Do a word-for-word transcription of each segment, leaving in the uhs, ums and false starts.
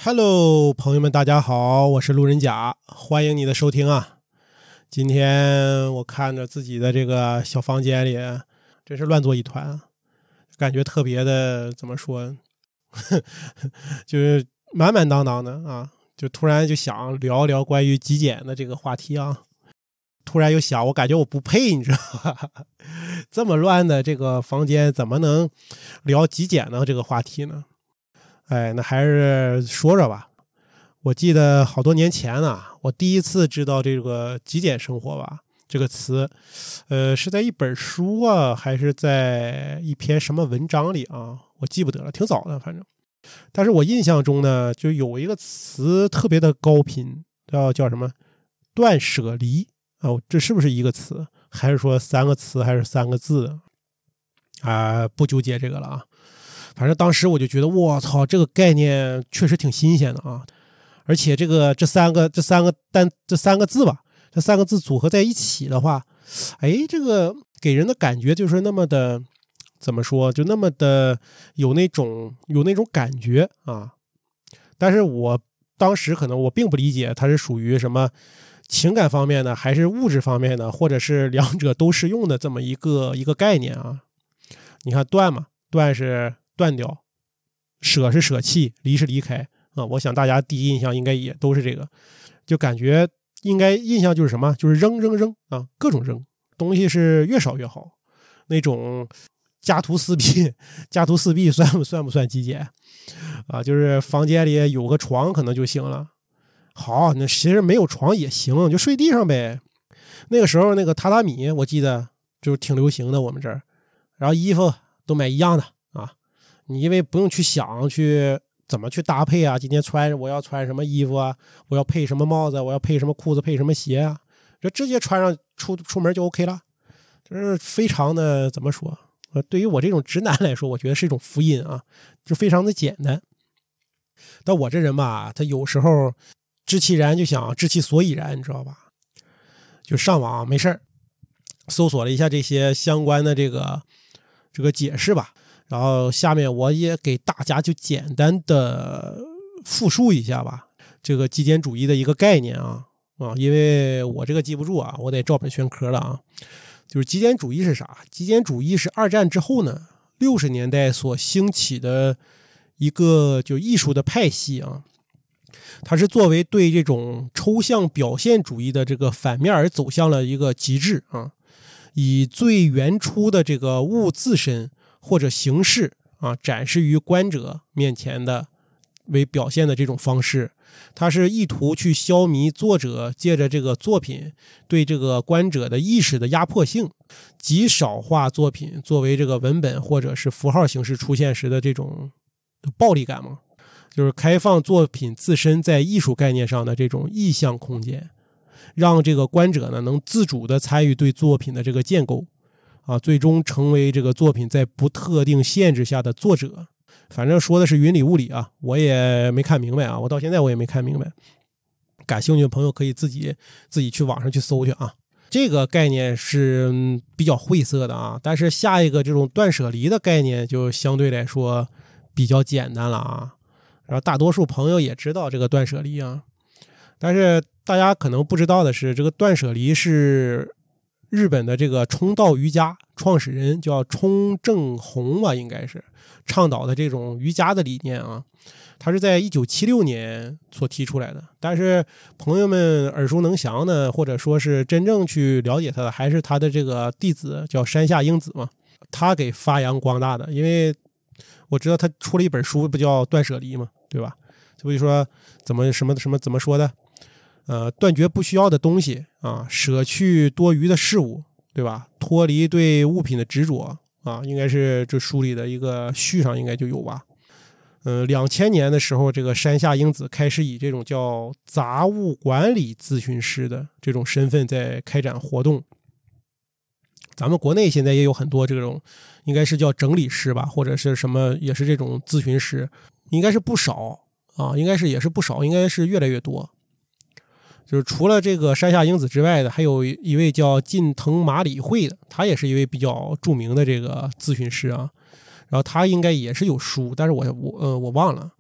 Hello， 朋友们，大家好，我是路人甲，欢迎你的收听啊。今天我看着自己的这个小房间里，真是乱作一团，感觉特别的怎么说，就是满满当当的啊。就突然就想聊一聊关于极简的这个话题啊。突然又想，我感觉我不配，你知道吧？这么乱的这个房间，怎么能聊极简的这个话题呢？哎，那还是说说吧。我记得好多年前呢、啊，我第一次知道这个极简生活吧这个词，呃，是在一本书啊，还是在一篇什么文章里啊？我记不得了，挺早的，反正。但是我印象中呢，就有一个词特别的高频，叫叫什么断舍离啊？这是不是一个词，还是说三个词，还是三个字啊？不纠结这个了啊。反正当时我就觉得，我操，这个概念确实挺新鲜的啊！而且这个这三个这三个单这三个字吧，这三个字组合在一起的话，哎，这个给人的感觉就是那么的怎么说，就那么的有那种有那种感觉啊！但是我当时可能我并不理解它是属于什么情感方面的，还是物质方面的，或者是两者都适用的这么一个一个概念啊！你看断嘛，断是断掉，舍是舍弃，离是离开啊！我想大家第一印象应该也都是这个，就感觉应该印象就是什么，就是扔扔扔啊，各种扔东西是越少越好，那种家徒四壁，家徒四壁算不算不算极简啊？就是房间里有个床可能就行了。好，那其实没有床也行，就睡地上呗。那个时候那个榻榻米，我记得就挺流行的，我们这儿，然后衣服都买一样的啊。你因为不用去想去怎么去搭配啊，今天穿我要穿什么衣服啊，我要配什么帽子，我要配什么裤子，配什么鞋啊，这直接穿上出出门就 OK 了，就是非常的怎么说，呃，对于我这种直男来说，我觉得是一种福音啊，就非常的简单。但我这人吧，他有时候知其然就想知其所以然，你知道吧？就上网没事儿搜索了一下这些相关的这个这个解释吧。然后下面我也给大家就简单的复述一下吧，这个极简主义的一个概念啊啊，因为我这个记不住啊，我得照本宣科了啊。就是极简主义是啥？极简主义是二战之后呢，六十年代所兴起的一个就艺术的派系啊，它是作为对这种抽象表现主义的这个反面而走向了一个极致啊，以最原初的这个物自身或者形式啊，展示于观者面前的为表现的这种方式，它是意图去消弭作者借着这个作品对这个观者的意识的压迫性，极少化作品作为这个文本或者是符号形式出现时的这种暴力感嘛，就是开放作品自身在艺术概念上的这种意象空间，让这个观者呢能自主的参与对作品的这个建构。啊，最终成为这个作品在不特定限制下的作者。反正说的是云里雾里啊，我也没看明白啊，我到现在我也没看明白。感兴趣的朋友可以自己自己去网上去搜去啊。这个概念是、嗯、比较晦涩的啊，但是下一个这种断舍离的概念就相对来说比较简单了啊。然后大多数朋友也知道这个断舍离啊，但是大家可能不知道的是，这个断舍离是日本的这个冲道瑜伽创始人叫冲正弘吧，应该是倡导的这种瑜伽的理念啊，他是在一九七六年所提出来的。但是朋友们耳熟能详的，或者说是真正去了解他的，还是他的这个弟子叫山下英子嘛，他给发扬光大的。因为我知道他出了一本书，不叫断舍离嘛，对吧？所以说怎么什么什么怎么说的？呃，断绝不需要的东西啊，舍去多余的事物，对吧？脱离对物品的执着啊，应该是这书里的一个序上应该就有吧。呃，两千年的时候，这个山下英子开始以这种叫杂物管理咨询师的这种身份在开展活动。咱们国内现在也有很多这种，应该是叫整理师吧，或者是什么，也是这种咨询师，应该是不少啊，应该是也是不少，应该是越来越多。就是除了这个山下英子之外的，还有一位叫近藤麻里惠的，他也是一位比较著名的这个咨询师啊。然后他应该也是有书，但是我我呃我忘了。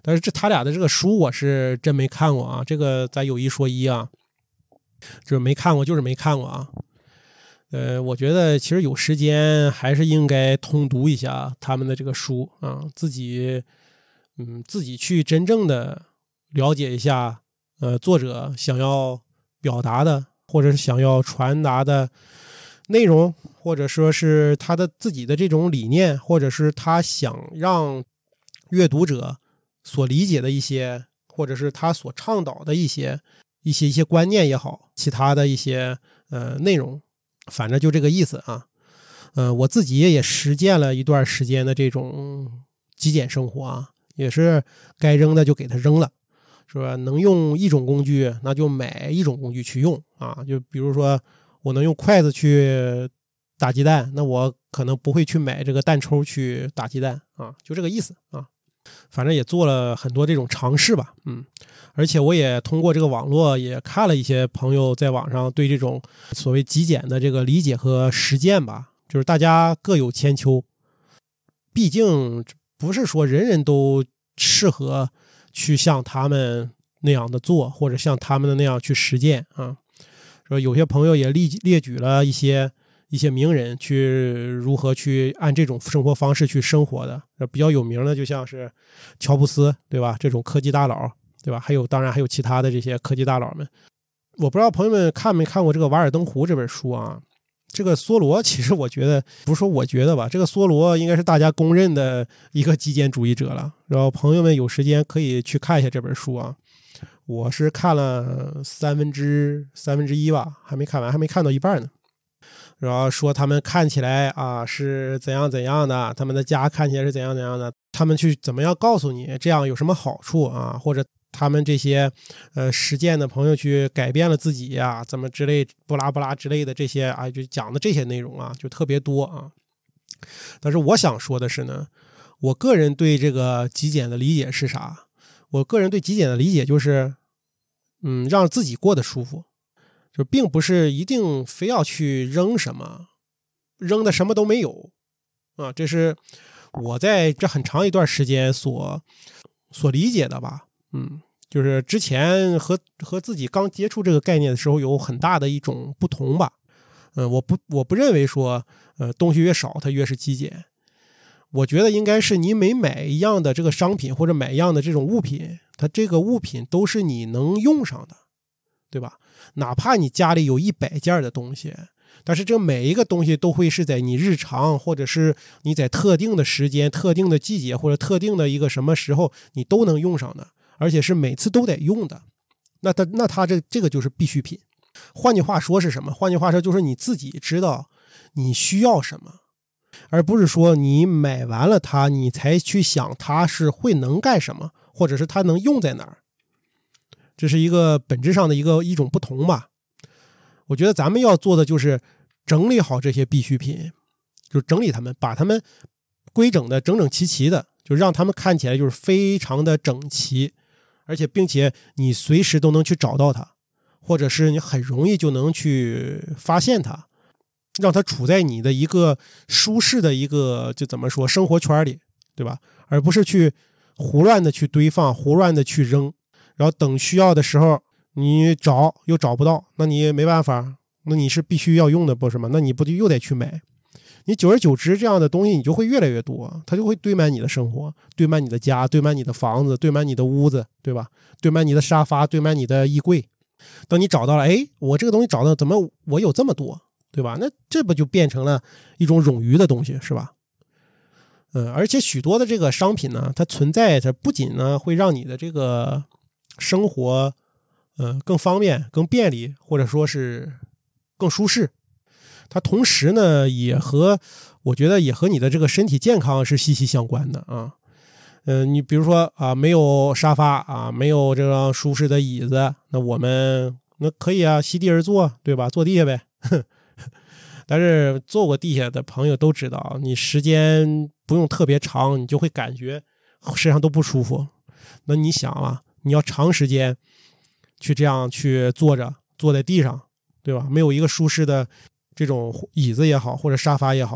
但是这他俩的这个书我是真没看过啊，这个咱有一说一啊，就是没看过就是没看过啊。呃，我觉得其实有时间还是应该通读一下他们的这个书啊，自己嗯自己去真正的了解一下，呃，作者想要表达的或者是想要传达的内容，或者说是他的自己的这种理念，或者是他想让阅读者所理解的一些，或者是他所倡导的一些一些一些观念也好，其他的一些呃内容。反正就这个意思啊，呃，我自己也实践了一段时间的这种极简生活啊，也是该扔的就给它扔了，是吧？能用一种工具，那就买一种工具去用啊。就比如说，我能用筷子去打鸡蛋，那我可能不会去买这个蛋抽去打鸡蛋啊，就这个意思啊。反正也做了很多这种尝试吧，嗯，而且我也通过这个网络也看了一些朋友在网上对这种所谓极简的这个理解和实践吧，就是大家各有千秋，毕竟不是说人人都适合去像他们那样的做，或者像他们的那样去实践啊。说有些朋友也列列举了一些一些名人去如何去按这种生活方式去生活的，比较有名的就像是乔布斯，对吧？这种科技大佬，对吧？还有当然还有其他的这些科技大佬们。我不知道朋友们看没看过这个《瓦尔登湖》这本书啊？这个梭罗其实我觉得不是说我觉得吧，这个梭罗应该是大家公认的一个极简主义者了。然后朋友们有时间可以去看一下这本书啊。我是看了三分之三分之一吧，还没看完，还没看到一半呢。然后说他们看起来啊是怎样怎样的，他们的家看起来是怎样怎样的，他们去怎么样告诉你这样有什么好处啊，或者他们这些呃实践的朋友去改变了自己呀、啊，怎么之类不拉不拉之类的这些啊，就讲的这些内容啊，就特别多啊。但是我想说的是呢，我个人对这个极简的理解是啥？我个人对极简的理解就是，嗯，让自己过得舒服。就并不是一定非要去扔什么，扔的什么都没有啊，这是我在这很长一段时间所所理解的吧。嗯，就是之前和和自己刚接触这个概念的时候有很大的一种不同吧。嗯，我不我不认为说呃东西越少它越是极简，我觉得应该是你每买一样的这个商品或者买一样的这种物品，它这个物品都是你能用上的，对吧？哪怕你家里有一百件的东西，但是这每一个东西都会是在你日常，或者是你在特定的时间、特定的季节或者特定的一个什么时候你都能用上的，而且是每次都得用的。那它那它这这个就是必需品。换句话说是什么？换句话说就是你自己知道你需要什么，而不是说你买完了它你才去想它是会能干什么，或者是它能用在哪儿。这是一个本质上的一个一种不同吧。我觉得咱们要做的就是整理好这些必需品，就整理它们，把它们规整的整整齐齐的，就让它们看起来就是非常的整齐，而且并且你随时都能去找到它，或者是你很容易就能去发现它，让它处在你的一个舒适的一个就怎么说生活圈里，对吧？而不是去胡乱的去堆放，胡乱的去扔，然后等需要的时候你找又找不到，那你没办法，那你是必须要用的不是吗？那你不就又得去买？你久而久之这样的东西你就会越来越多，它就会堆满你的生活，堆满你的家，堆满你的房子，堆满你的屋子，对吧？堆满你的沙发，堆满你的衣柜。等你找到了，哎，我这个东西找到怎么我有这么多，对吧？那这不就变成了一种冗余的东西，是吧？嗯，而且许多的这个商品呢，它存在，它不仅呢会让你的这个生活呃更方便更便利，或者说是更舒适，它同时呢也和我觉得也和你的这个身体健康是息息相关的啊。嗯、呃，你比如说啊，没有沙发啊，没有这样舒适的椅子，那我们那可以啊，席地而坐，对吧？坐地下呗。但是坐过地下的朋友都知道，你时间不用特别长，你就会感觉身上都不舒服。那你想啊，你要长时间去这样去坐着，坐在地上，对吧？没有一个舒适的这种椅子也好，或者沙发也好，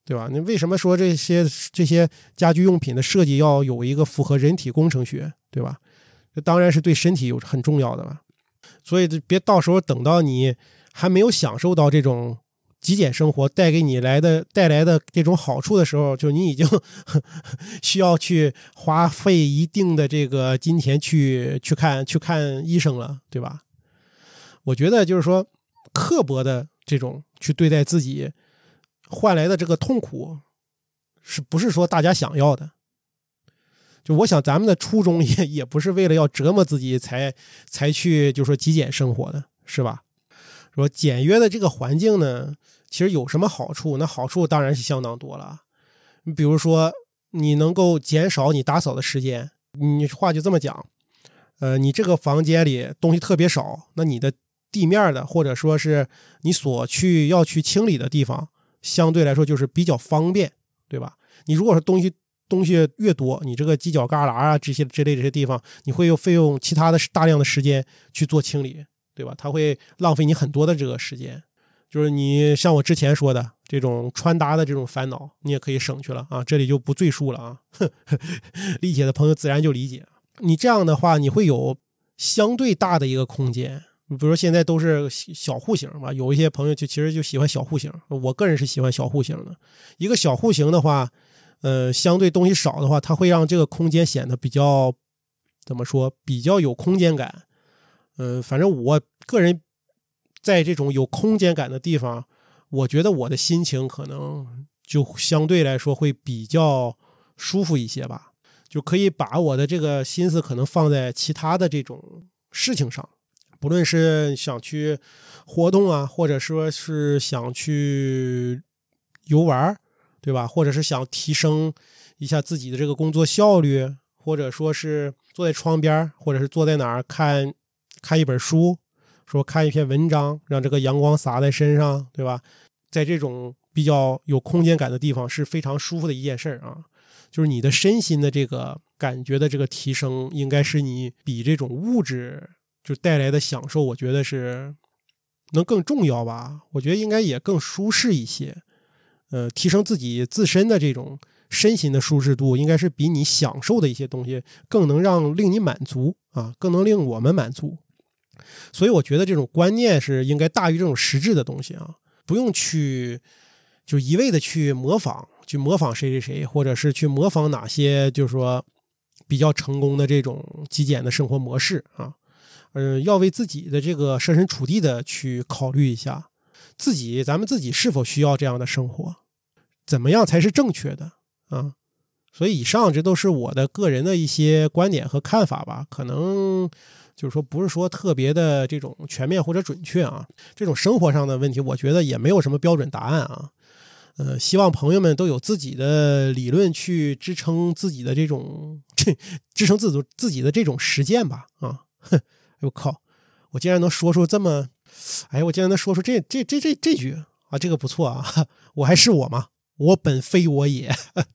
对吧？你为什么说这些这些家居用品的设计要有一个符合人体工程学，对吧？这当然是对身体有很重要的吧。所以别到时候等到你还没有享受到这种极简生活带给你来的带来的这种好处的时候，就你已经需要去花费一定的这个金钱去去看去看医生了，对吧？我觉得就是说刻薄的这种去对待自己换来的这个痛苦，是不是说大家想要的？就我想咱们的初衷也也不是为了要折磨自己才才去就说极简生活的，是吧？说简约的这个环境呢，其实有什么好处？那好处当然是相当多了。你比如说，你能够减少你打扫的时间。你话就这么讲，呃，你这个房间里东西特别少，那你的地面的或者说是你所去要去清理的地方，相对来说就是比较方便，对吧？你如果说东西东西越多，你这个犄角旮旯啊这些之类的这些地方，你会有费用其他的大量的时间去做清理，对吧？它会浪费你很多的这个时间。就是你像我之前说的这种穿搭的这种烦恼，你也可以省去了啊，这里就不赘述了啊。理解的朋友自然就理解。你这样的话，你会有相对大的一个空间。比如说现在都是小户型嘛，有一些朋友就其实就喜欢小户型，我个人是喜欢小户型的。一个小户型的话，呃，相对东西少的话，它会让这个空间显得比较怎么说，比较有空间感。呃，反正我个人在这种有空间感的地方，我觉得我的心情可能就相对来说会比较舒服一些吧，就可以把我的这个心思可能放在其他的这种事情上。不论是想去活动啊，或者说是想去游玩，对吧？或者是想提升一下自己的这个工作效率，或者说是坐在窗边，或者是坐在哪儿看看一本书，说看一篇文章，让这个阳光洒在身上，对吧？在这种比较有空间感的地方是非常舒服的一件事啊。就是你的身心的这个感觉的这个提升，应该是你比这种物质就带来的享受，我觉得是能更重要吧。我觉得应该也更舒适一些。呃，提升自己自身的这种身心的舒适度，应该是比你享受的一些东西更能让令你满足啊，更能令我们满足。所以我觉得这种观念是应该大于这种实质的东西啊，不用去就一味的去模仿，去模仿谁谁谁，或者是去模仿哪些就是说比较成功的这种极简的生活模式啊。嗯，要为自己的这个设身处地的去考虑一下，自己咱们自己是否需要这样的生活，怎么样才是正确的啊？所以以上这都是我的个人的一些观点和看法吧，可能就是说不是说特别的这种全面或者准确啊。这种生活上的问题，我觉得也没有什么标准答案啊。呃，希望朋友们都有自己的理论去支撑自己的这种支撑自己自己的这种实践吧啊。哼，我靠，我竟然能说出这么，哎，我竟然能说出这这这这这句啊，这个不错啊，我还是我吗？我本非我也。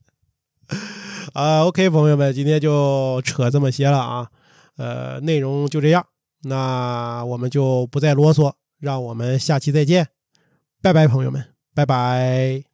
啊 ，OK， 朋友们，今天就扯这么些了啊，呃，内容就这样，那我们就不再啰嗦，让我们下期再见，拜拜，朋友们，拜拜。